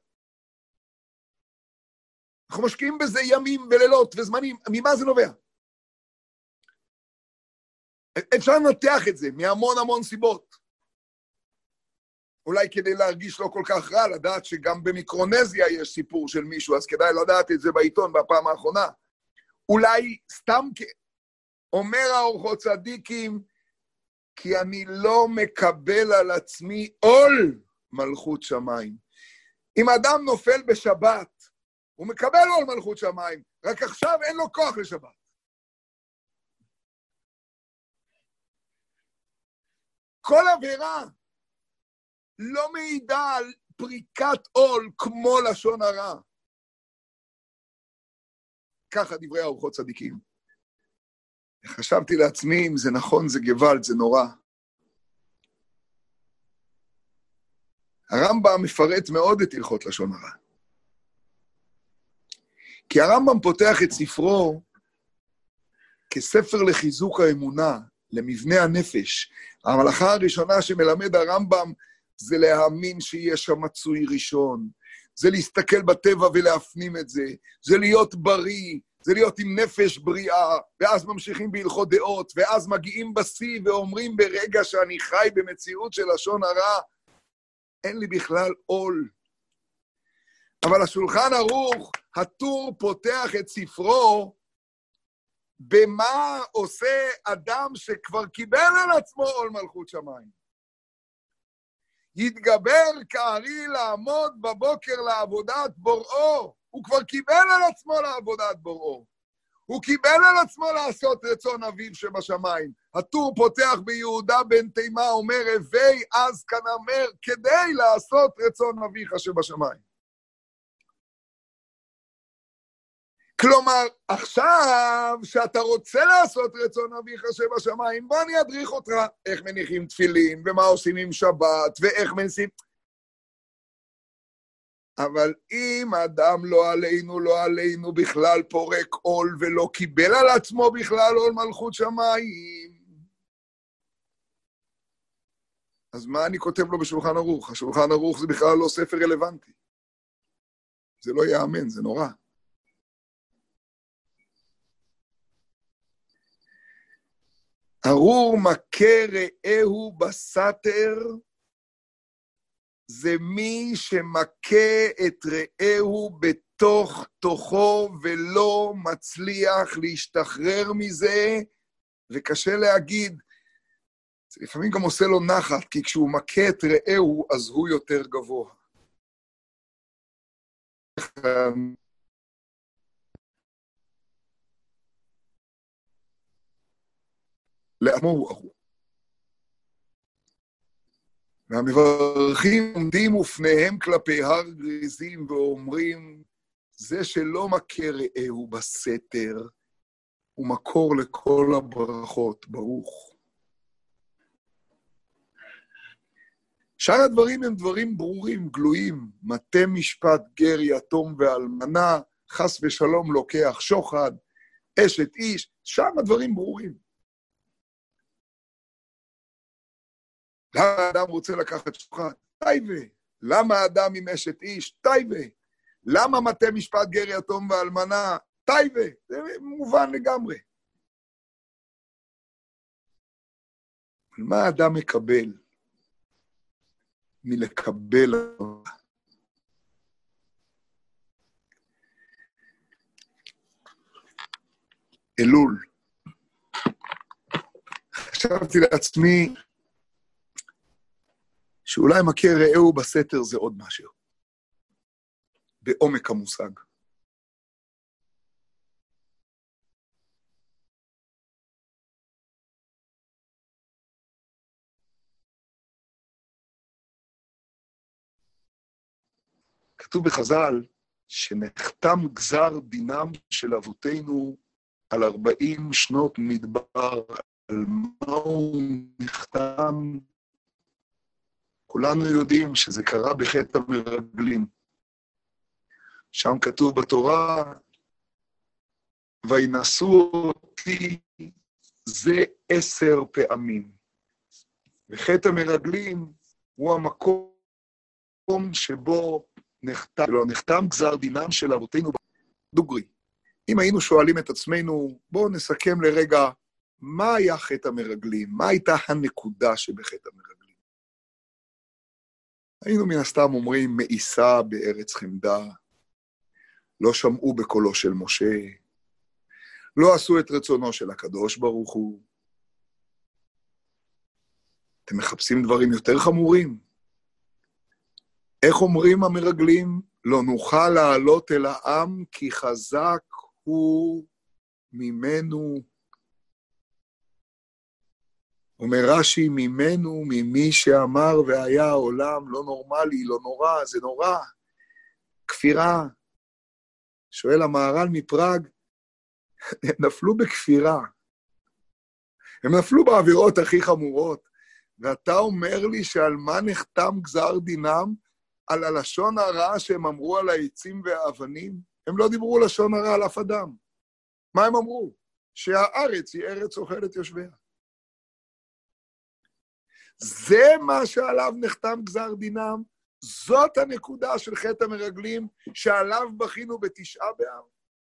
אנחנו משקיעים בזה ימים ולילות וזמנים, ממה זה נובע? אפשר לנתח את זה מהמון סיבות. אולי כדי להרגיש לא כל כך רע, לדעת שגם במיקרונזיה יש סיפור של מישהו, אז כדאי לדעת את זה בעיתון בפעם האחרונה. אולי סתם אומר הארוחות צדיקים, כי אני לא מקבל על עצמי עול מלכות שמיים. אם אדם נופל בשבת, הוא מקבל עול מלכות שמיים, רק עכשיו אין לו כוח לשבת. כל עבירה לא מעידה על פריקת עול כמו לשון הרע. ככה דברי הארוחות צדיקים. חשבתי לעצמי, אם זה נכון, זה גוואלד, זה נורא. הרמב"ם מפרט מאוד את הלכות לשון הרע. כי הרמב"ם פותח את ספרו כספר לחיזוק האמונה, למבנה הנפש. המלאכה הראשונה שמלמד הרמב"ם זה להאמין שיש שם מצוי ראשון, זה להסתכל בטבע ולהפנים את זה, זה להיות בריא, זה להיות עם נפש בריאה, ואז ממשיכים בהלכות דעות, ואז מגיעים בשיא ואומרים ברגע שאני חי במציאות של לשון הרע, אין לי בכלל עול. אבל השולחן ערוך, הטור פותח את ספרו, במה עושה אדם שכבר קיבל על עצמו עול מלכות שמיים. יתגבר כארי לעמוד בבוקר לעבודת בוראו, הוא כבר קיבל על עצמו לעבודת בוראו. הוא קיבל על עצמו לעשות רצון אביו שבשמיים. הטור פותח ביהודה בן תימה, אומר, הווי אז כנמר, כדי לעשות רצון אביך שבשמיים. כלומר, עכשיו שאתה רוצה לעשות רצון אביך שבשמיים, בוא אני אדריך אותך איך מניחים תפילין, ומה עושים עם שבת, ואיך מנסים. אבל אם אדם לא עלינו בכלל פורק עול, ולא קיבל על עצמו בכלל עול מלכות שמיים, אז מה אני כותב לו בשולחן ערוך? השולחן ערוך זה בכלל לא ספר רלוונטי. זה לא יאמן, זה נורא. ארור מכה רעהו בסתר, זה מי שמכה את רעהו בתוך תוכו ולא מצליח להשתחרר מזה, וקשה להגיד, זה לפעמים גם עושה לו נחת, כי כשהוא מכה את רעהו אז הוא יותר גבוה. לעמו הוא ארור. והמברכים עומדים ופניהם כלפי הר גריזים ואומרים, זה שלא מכה רעהו בסתר, הוא מקור לכל הברכות, ברוך. שאר הדברים הם דברים ברורים, גלויים, מטה משפט גר יתום ואלמנה, חס ושלום לוקח שוחד, אשת איש, שם הדברים ברורים. למה האדם רוצה לקחת שוחד? טייבה. למה האדם עם אשת איש? טייבה. למה מטה משפט גר יתום ואלמנה? טייבה. זה מובן לגמרי. מה האדם מקבל? מלקבל. אלול. חשבתי לעצמי, שאולי מכה רעהו בסתר זה עוד משהו. בעומק המושג. כתוב בחז"ל שנחתם גזר דינם של אבותינו על 40 שנות מדבר, על מה הוא נחתם. כולנו יודעים שזה קרה בחטא המרגלים. שם כתוב בתורה, וינשאו אותי זה 10 פעמים. וחטא המרגלים הוא המקום שבו נחתם גזר דינם של אבותינו דוגרי. אם היינו שואלים את עצמנו, בואו נסכם לרגע, מה היה חטא המרגלים? מה הייתה הנקודה שבחטא המרגלים? היינו מן הסתם אומרים, מאיסה בארץ חמדה, לא שמעו בקולו של משה, לא עשו את רצונו של הקדוש ברוך הוא. אתם מחפשים דברים יותר חמורים? איך אומרים המרגלים? לא נוכל לעלות אל העם, כי חזק הוא ממנו. אומר רש"י, ממנו, ממי שאמר והיה העולם, לא נורמלי, לא נורא, זה נורא. כפירה. שואל המהר"ל מפראג, הם נפלו בכפירה. הם נפלו בעבירות הכי חמורות. ואתה אומר לי שעל מה נחתם גזר דינם? על הלשון הרע שהם אמרו על העצים והאבנים? הם לא דיברו לשון הרע על אף אדם. מה הם אמרו? שהארץ היא ארץ אוכלת יושביה. זה מה שעליו נחתם גזר דינם, זאת הנקודה של חטא המרגלים, שעליו בכינו בתשעה באב.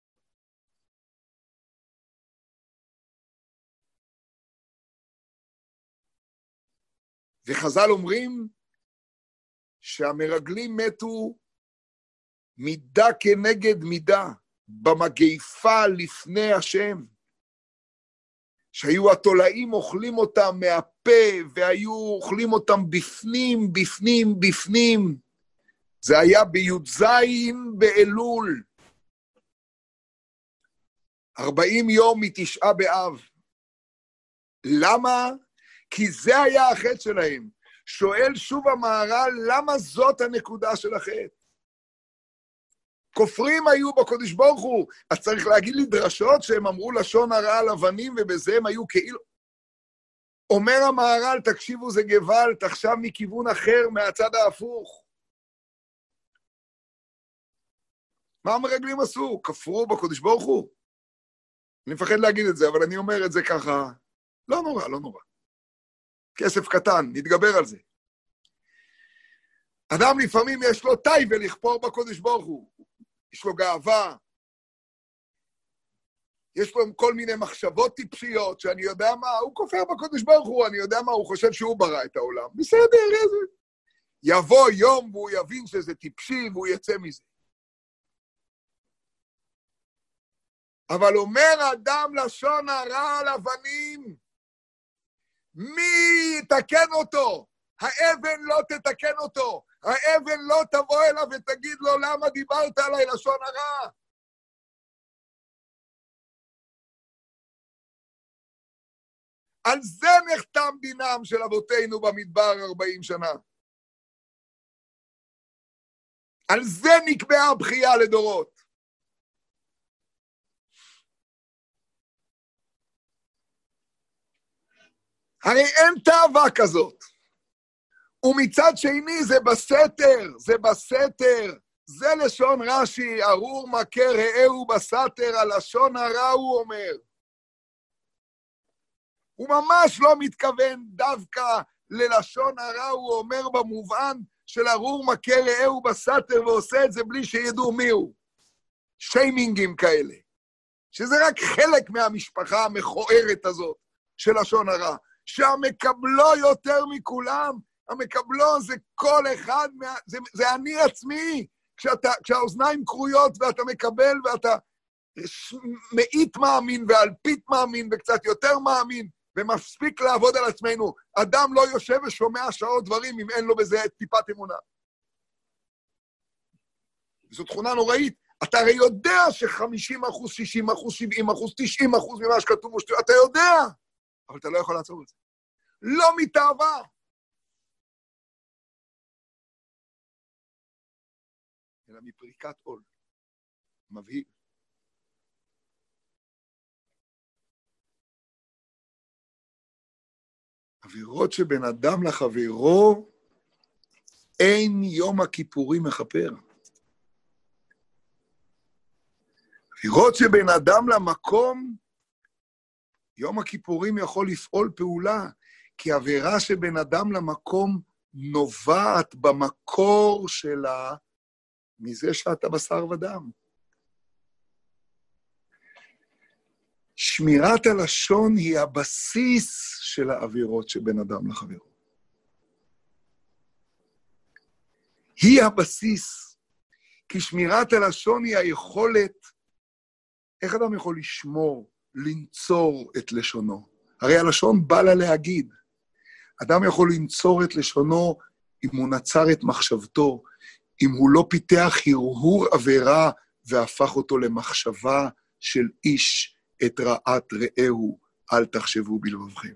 וחז"ל אומרים שהמרגלים מתו מידה כנגד מידה, במגפה לפני השם, שהיו התולעים אוכלים אותם מהפה, והיו אוכלים אותם בפנים, בפנים, בפנים. זה היה בי"ז באלול. 40 יום מתשעה באב. למה? כי זה היה החטא שלהם. שואל שוב המהר"ל, למה זאת הנקודה של החטא? כופרים היו בקודש ברוך הוא. אז צריך להגיד לי דרשות שהם אמרו לשון הרע על אבנים, ובזה הם היו כאילו. אומר המהר"ל, תקשיבו, זה גבל, תחשב מכיוון אחר, מהצד ההפוך. מה המרגלים עשו? כפרו בקודש ברוך הוא? אני מפחד להגיד את זה, אבל אני אומר את זה ככה. לא נורא, לא נורא. כסף קטן, נתגבר על זה. אדם לפעמים יש לו טייבה לכפור בקודש ברוך הוא. יש לו גאווה. יש לו כל מיני מחשבות טיפשיות, שאני יודע מה, הוא כופר בקודש ברוך הוא, אני יודע מה, הוא חושב שהוא ברא את העולם. בסדר, איזה. יבוא יום והוא יבין שזה טיפשי והוא יצא מזה. אבל אומר אדם לשון הרע על אבנים, מי יתקן אותו? האבן לא תתקן אותו. האבן לא תבוא אליו ותגיד לו, למה דיברת עליי לשון הרע? על זה נחתם דינם של אבותינו במדבר 40 שנה. על זה נקבעה הבכייה לדורות. הרי אין תאווה כזאת. ומצד שני זה בסתר, זה בסתר. זה לשון רש"י, ארור מכה רעהו בסתר, הלשון הרע הוא אומר. הוא ממש לא מתכוון דווקא ללשון הרע, הוא אומר במובן של ארור מכה רעהו בסתר, ועושה את זה בלי שידעו מי הוא. שיימינגים כאלה. שזה רק חלק מהמשפחה המכוערת הזאת של לשון הרע. שהמקבלו יותר מכולם, המקבלו זה כל אחד, זה אני עצמי. כשהאוזניים קרויות ואתה מקבל ואתה מאית מאמין ואלפית מאמין וקצת יותר מאמין, ומספיק לעבוד על עצמנו. אדם לא יושב ושומע שעות דברים אם אין לו בזה טיפת אמונה. זו תכונה נוראית. אתה הרי יודע ש50%, 60%, 70%, 90% ממה שכתוב, אתה יודע, אבל אתה לא יכול לעצור את זה. לא מתאווה. אלא מפריקת עול. מבהיל. עבירות שבין אדם לחברו, אין יום הכיפורים מכפר. עבירות שבין אדם למקום, יום הכיפורים יכול לפעול פעולה, כי עבירה שבין אדם למקום נובעת במקור שלה, מזה שאתה בשר ודם. שמירת הלשון היא הבסיס של העבירות שבין אדם לחברו. היא הבסיס, כי שמירת הלשון היא היכולת, איך אדם יכול לשמור, לנצור את לשונו? הרי הלשון בא לה להגיד. אדם יכול לנצור את לשונו אם הוא נצר את מחשבתו, אם הוא לא פיתח הרהור עבירה והפך אותו למחשבה של איש את רעת רעהו, אל תחשבו בלבבכם.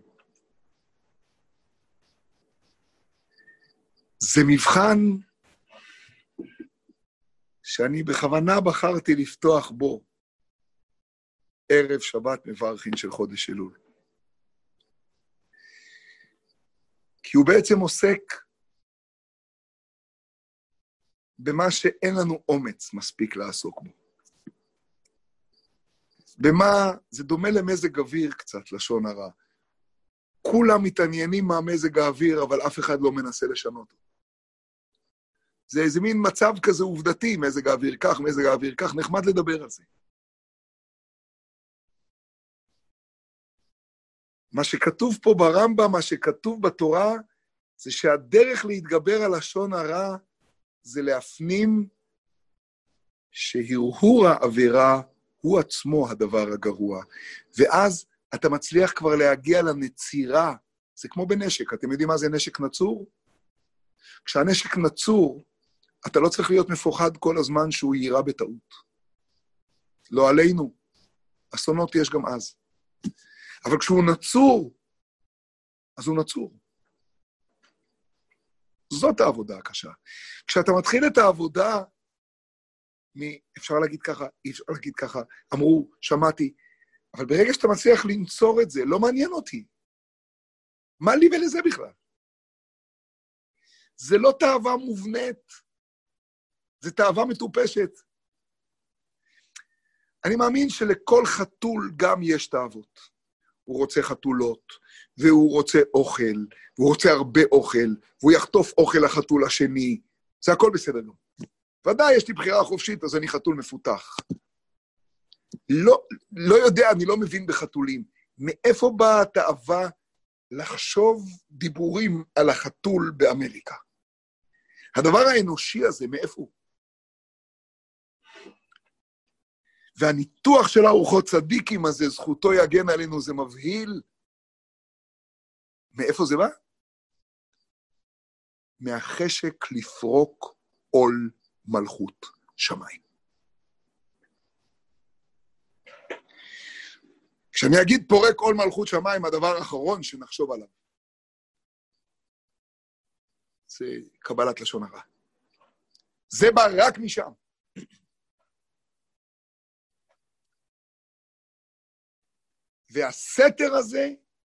זה מבחן שאני בכוונה בחרתי לפתוח בו ערב שבת מברכין של חודש אלול. כי הוא בעצם עוסק במה שאין לנו אומץ מספיק לעסוק בו. במה, זה דומה למזג אוויר קצת, לשון הרע. כולם מתעניינים מהמזג האוויר, אבל אף אחד לא מנסה לשנות אותו. זה איזה מין מצב כזה עובדתי, מזג האוויר כך, מזג האוויר כך, נחמד לדבר על זה. מה שכתוב פה ברמב"ם, מה שכתוב בתורה, זה שהדרך להתגבר על לשון הרע, זה להפנים שהרהור העבירה הוא עצמו הדבר הגרוע. ואז אתה מצליח כבר להגיע לנצירה, זה כמו בנשק, אתם יודעים מה זה נשק נצור? כשהנשק נצור, אתה לא צריך להיות מפוחד כל הזמן שהוא יירה בטעות. לא עלינו, אסונות יש גם אז. אבל כשהוא נצור, אז הוא נצור. זאת העבודה הקשה. כשאתה מתחיל את העבודה, אפשר להגיד ככה, אי אפשר להגיד ככה, אמרו, שמעתי, אבל ברגע שאתה מצליח לנצור את זה, לא מעניין אותי. מה לי ולזה בכלל? זה לא תאווה מובנית, זה תאווה מטופשת. אני מאמין שלכל חתול גם יש תאוות. הוא רוצה חתולות, והוא רוצה אוכל, והוא רוצה הרבה אוכל, והוא יחטוף אוכל לחתול השני. זה הכל בסדר גם. ודאי, יש לי בחירה חופשית, אז אני חתול מפותח. לא יודע, אני לא מבין בחתולים. מאיפה באה התאווה לחשוב דיבורים על החתול באמריקה? הדבר האנושי הזה, מאיפה הוא? והניתוח של הארוחות צדיקים הזה, זכותו יגן עלינו, זה מבהיל. מאיפה זה בא? מהחשק לפרוק עול מלכות שמיים. כשאני אגיד פורק עול מלכות שמיים, הדבר האחרון שנחשוב עליו, זה קבלת לשון הרע. זה בא רק משם. והסתר הזה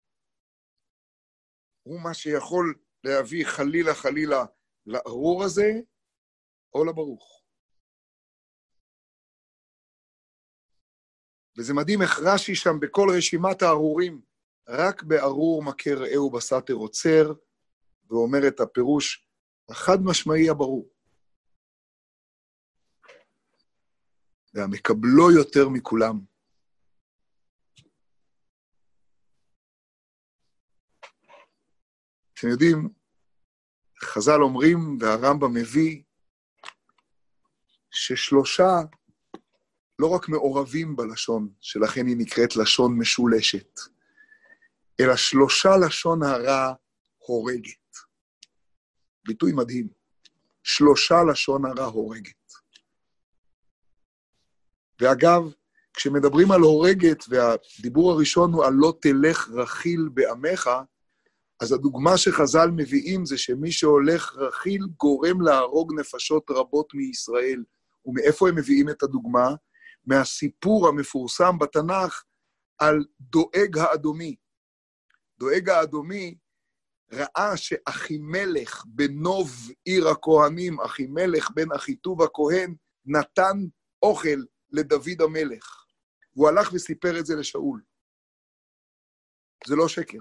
הוא מה שיכול להביא חלילה לארור הזה, או לברוך. וזה מדהים איך רש"י שם בכל רשימת הארורים, רק בארור מכה רעהו בסתר עוצר, ואומר את הפירוש החד משמעי הברור. והמקבלו יותר מכולם. אתם יודעים, חז"ל אומרים, והרמב"ם מביא, ששלושה לא רק מעורבים בלשון, שלכן היא נקראת לשון משולשת, אלא שלושה לשון הרע הורגת. ביטוי מדהים. שלושה לשון הרע הורגת. ואגב, כשמדברים על הורגת, והדיבור הראשון הוא על לא תלך רכיל בעמך, אז הדוגמה שחז"ל מביאים זה שמי שהולך רכיל גורם להרוג נפשות רבות מישראל. ומאיפה הם מביאים את הדוגמה? מהסיפור המפורסם בתנ"ך על דואג האדומי. דואג האדומי ראה שאחימלך בנוב עיר הכהנים, אחימלך בן אחיטוב הכהן, נתן אוכל לדוד המלך. הוא הלך וסיפר את זה לשאול. זה לא שקר.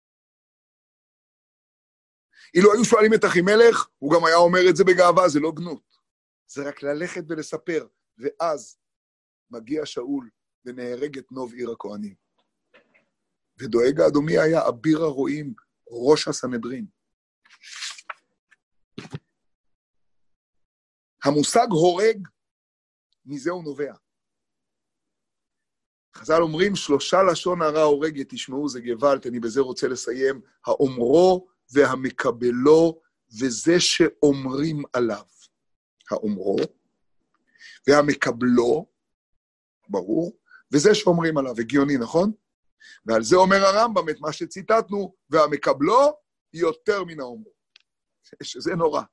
אילו היו שואלים את אחימלך, הוא גם היה אומר את זה בגאווה, זה לא גנות. זה רק ללכת ולספר, ואז מגיע שאול ונהרג את נוב עיר הכהנים. ודואג האדומי היה אביר הרועים, ראש הסנהדרין. המושג הורג, מזה הוא נובע. חז"ל אומרים, שלושה לשון הרע הורגת, תשמעו, זה גוואלד, אני בזה רוצה לסיים, האומרו והמקבלו, וזה שאומרים עליו. האומרו והמקבלו, ברור, וזה שאומרים עליו, הגיוני, נכון? ועל זה אומר הרמב"ם את מה שציטטנו, והמקבלו יותר מן האומרו. שזה נורא.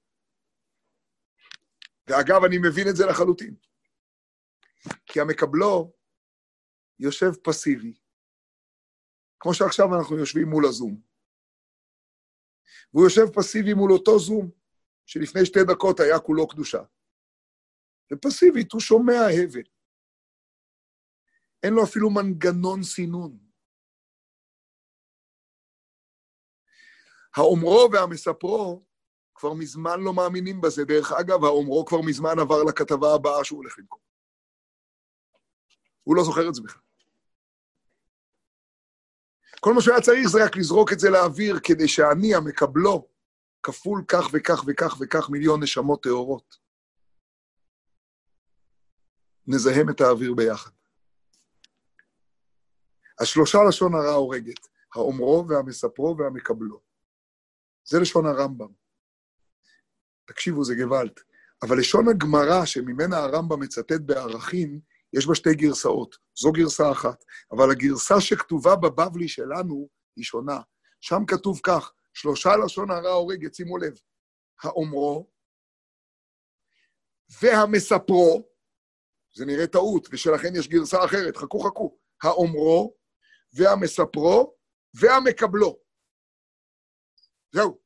ואגב, אני מבין את זה לחלוטין. כי המקבלו יושב פסיבי. כמו שעכשיו אנחנו יושבים מול הזום. והוא יושב פסיבי מול אותו זום, שלפני 2 דקות היה כולו קדושה. ופסיבית הוא שומע הבל. אין לו אפילו מנגנון סינון. האומרו והמספרו כבר מזמן לא מאמינים בזה. דרך אגב, האומרו כבר מזמן עבר לכתבה הבאה שהוא הולך למכור. הוא לא זוכר את זה בכלל. כל מה שהיה צריך זה רק לזרוק את זה לאוויר, כדי שאני המקבלו, כפול כך וכך וכך וכך מיליון נשמות טהורות. נזהם את האוויר ביחד. השלושה לשון הרע הורגת, האומרו והמספרו והמקבלו. זה לשון הרמב"ם. תקשיבו, זה גוואלד. אבל לשון הגמרא, שממנה הרמב"ם מצטט בערכים, יש בה 2 גרסאות. זו גרסה אחת. אבל הגרסה שכתובה בבבלי שלנו היא שונה. שם כתוב כך, שלושה לשון הרע הורגת, שימו לב. האומרו והמספרו, זה נראה טעות, ושלכן יש גרסה אחרת. חכו. האומרו, והמספרו, והמקבלו. זהו.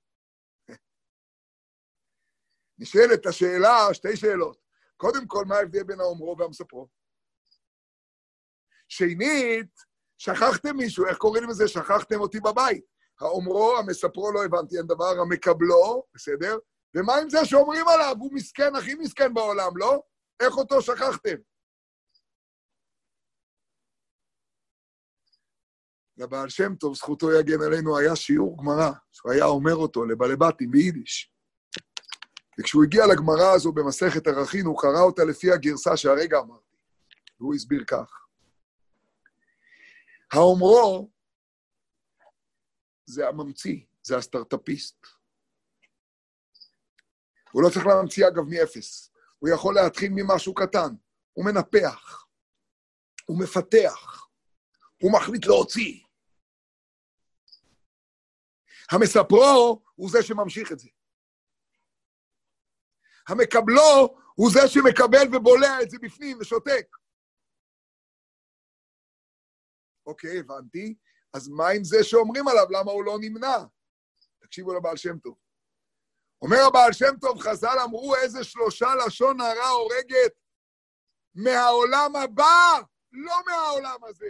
נשאלת השאלה, שתי שאלות. קודם כל, מה ההבדל בין האומרו והמספרו? שנית, שכחתם מישהו, איך קוראים לזה? שכחתם אותי בבית. האומרו, המספרו לא הבנתי, אין דבר, המקבלו, בסדר? ומה עם זה שאומרים עליו? הוא מסכן, הכי מסכן בעולם, לא? איך אותו שכחתם? לבעל שם טוב, זכותו יגן עלינו, היה שיעור גמרא, שהוא היה אומר אותו לבעלי בתים ביידיש. וכשהוא הגיע לגמרא הזו במסכת ערכין, הוא קרא אותה לפי הגרסה שהרגע אמרתי. והוא הסביר כך. האומרו זה הממציא, זה הסטארט-אפיסט. הוא לא צריך להמציא אגב מאפס. הוא יכול להתחיל ממשהו קטן. הוא מנפח. הוא מפתח. הוא מחליט להוציא. המספרו הוא זה שממשיך את זה. המקבלו הוא זה שמקבל ובולע את זה בפנים ושותק. אוקיי, הבנתי. אז מה עם זה שאומרים עליו? למה הוא לא נמנע? תקשיבו לבעל שם טוב. אומר הבעל שם טוב, חז"ל אמרו איזה 3 לשון הרע הורגת מהעולם הבא, לא מהעולם הזה.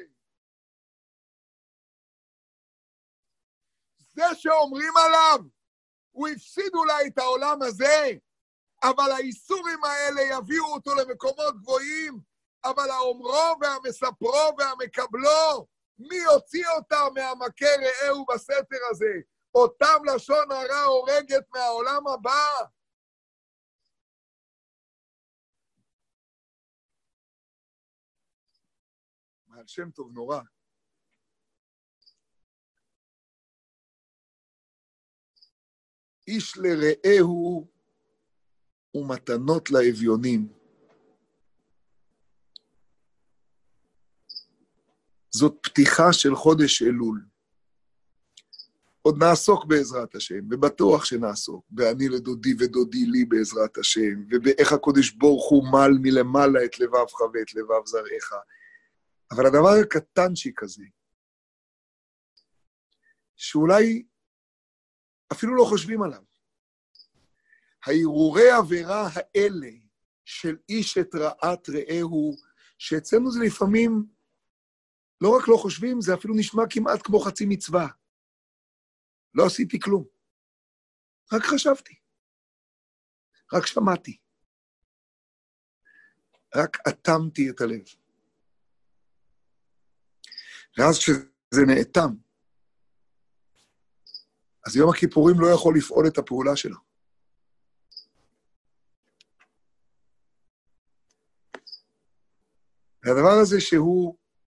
זה שאומרים עליו, הוא הפסיד אולי את העולם הזה, אבל האיסורים האלה יביאו אותו למקומות גבוהים, אבל האומרו והמספרו והמקבלו, מי יוציא אותם מהמכה רעהו בסתר הזה? אותם לשון הרע הורגת מהעולם הבא. בעל שם טוב נורא. איש לרעהו ומתנות לאביונים. זאת פתיחה של חודש אלול. עוד נעסוק בעזרת השם, ובטוח שנעסוק, ואני לדודי ודודי לי בעזרת השם, ובאיך הקודש ברוך הוא מל מלמעלה את לבבך ואת לבב זרעך. אבל הדבר הקטנצ'יק הזה, שאולי אפילו לא חושבים עליו, ההרהורי עבירה האלה של איש את רעת רעהו, שאצלנו זה לפעמים לא רק לא חושבים, זה אפילו נשמע כמעט כמו חצי מצווה. לא עשיתי כלום. רק חשבתי. רק שמעתי. רק אטמתי את הלב. ואז כשזה נאטם, אז יום הכיפורים לא יכול לפעול את הפעולה שלו. והדבר הזה שהוא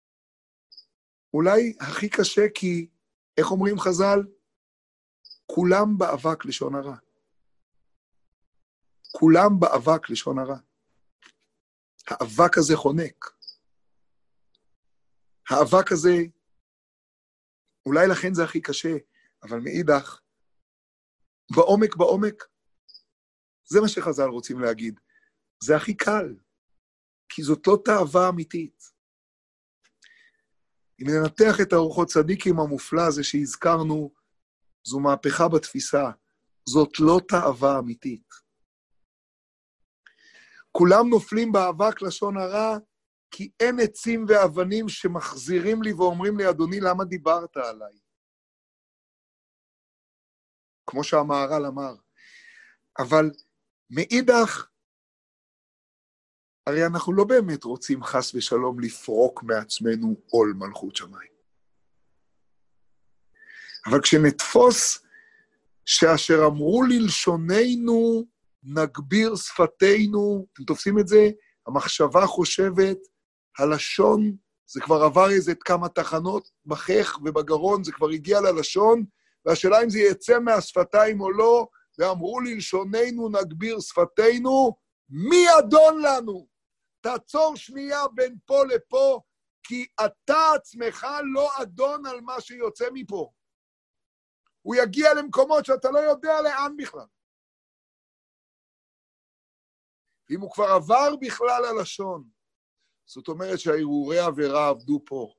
אולי הכי קשה, כי, איך אומרים חז"ל? כולם באבק לשון הרע. כולם באבק לשון הרע. האבק הזה חונק. האבק הזה, אולי לכן זה הכי קשה, אבל מאידך, בעומק, זה מה שחז"ל רוצים להגיד. זה הכי קל, כי זאת לא תאווה אמיתית. אם ננתח את האורחות צדיקים המופלא הזה שהזכרנו, זו מהפכה בתפיסה, זאת לא תאווה אמיתית. כולם נופלים באבק לשון הרע, כי אין עצים ואבנים שמחזירים לי ואומרים לי, אדוני, למה דיברת עליי? כמו שהמהר"ל אמר. אבל מאידך, הרי אנחנו לא באמת רוצים חס ושלום לפרוק מעצמנו עול מלכות שמיים. אבל כשנתפוס שאשר אמרו ללשוננו נגביר שפתינו, אתם תופסים את זה? המחשבה חושבת, הלשון, זה כבר עבר איזה כמה תחנות בחך ובגרון, זה כבר הגיע ללשון, והשאלה אם זה יצא מהשפתיים או לא, ואמרו ללשוננו נגביר שפתינו, מי אדון לנו? תעצור שנייה בין פה לפה, כי אתה עצמך לא אדון על מה שיוצא מפה. הוא יגיע למקומות שאתה לא יודע לאן בכלל. אם הוא כבר עבר בכלל הלשון, זאת אומרת שהערעורי עבירה עבדו פה.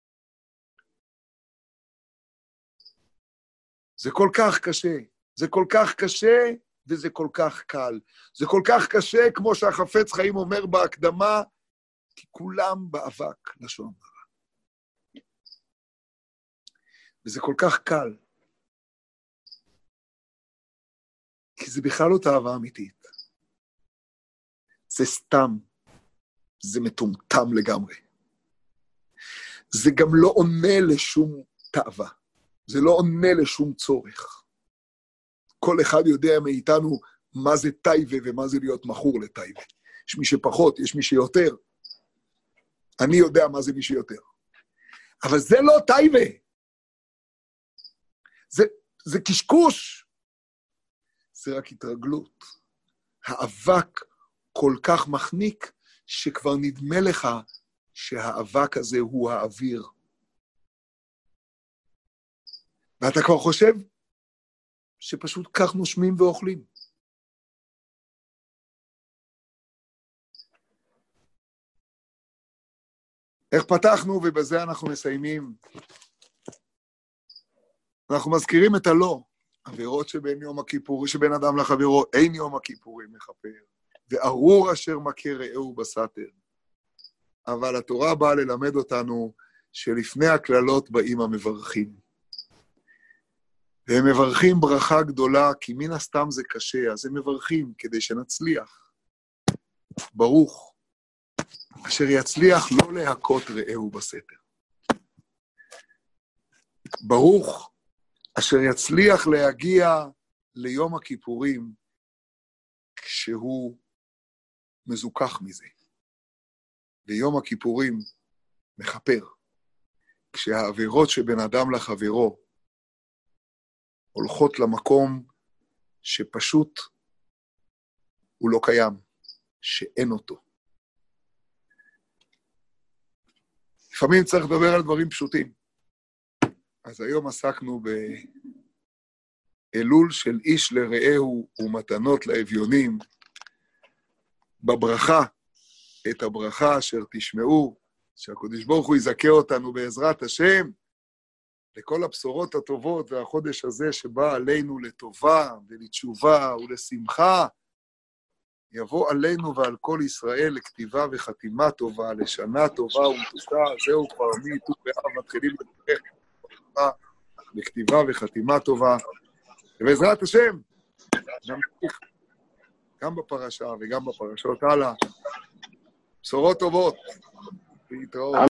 זה כל כך קשה. זה כל כך קשה, וזה כל כך קל. זה כל כך קשה, כמו שהחפץ חיים אומר בהקדמה, כי כולם באבק לשון הרע. וזה כל כך קל. כי זה בכלל לא תאווה אמיתית. זה סתם. זה מטומטם לגמרי. זה גם לא עונה לשום תאווה. זה לא עונה לשום צורך. כל אחד יודע מאיתנו מה זה טייבה ומה זה להיות מכור לטייבה. יש מי שפחות, יש מי שיותר. אני יודע מה זה מי שיותר. אבל זה לא טייבה. זה קשקוש. זה רק התרגלות. האבק כל כך מחניק, שכבר נדמה לך שהאבק הזה הוא האוויר. ואתה כבר חושב שפשוט כך נושמים ואוכלים. איך פתחנו ובזה אנחנו מסיימים? אנחנו מזכירים את הלא, עבירות שבין יום הכיפורים, שבין אדם לחברו, אין יום הכיפורים מכפר, וארור אשר מכה רעהו בסתר. אבל התורה באה ללמד אותנו שלפני הכללות באים המברכים. והם מברכים ברכה גדולה, כי מן הסתם זה קשה, אז הם מברכים כדי שנצליח. ברוך, אשר יצליח לא להכות רעהו בסתר. ברוך, אשר יצליח להגיע ליום הכיפורים, כשהוא מזוכח מזה. ויום הכיפורים מחפר, כשהעבירות שבין אדם לחברו הולכות למקום שפשוט הוא לא קיים, שאין אותו. לפעמים צריך לדבר על דברים פשוטים. אז היום עסקנו באלול של איש לרעהו ומתנות לאביונים, בברכה, את הברכה אשר תשמעו, שהקדוש ברוך הוא יזכה אותנו בעזרת השם, לכל הבשורות הטובות והחודש הזה שבא עלינו לטובה ולתשובה ולשמחה, יבוא עלינו ועל כל ישראל לכתיבה וחתימה טובה, לשנה טובה ומתוקה, זהו כבר מט"ו באב מתחילים לברך לכתיבה וחתימה טובה, ובעזרת השם נמשיך גם בפרשה וגם בפרשות הלאה, בשורות טובות, להתראות.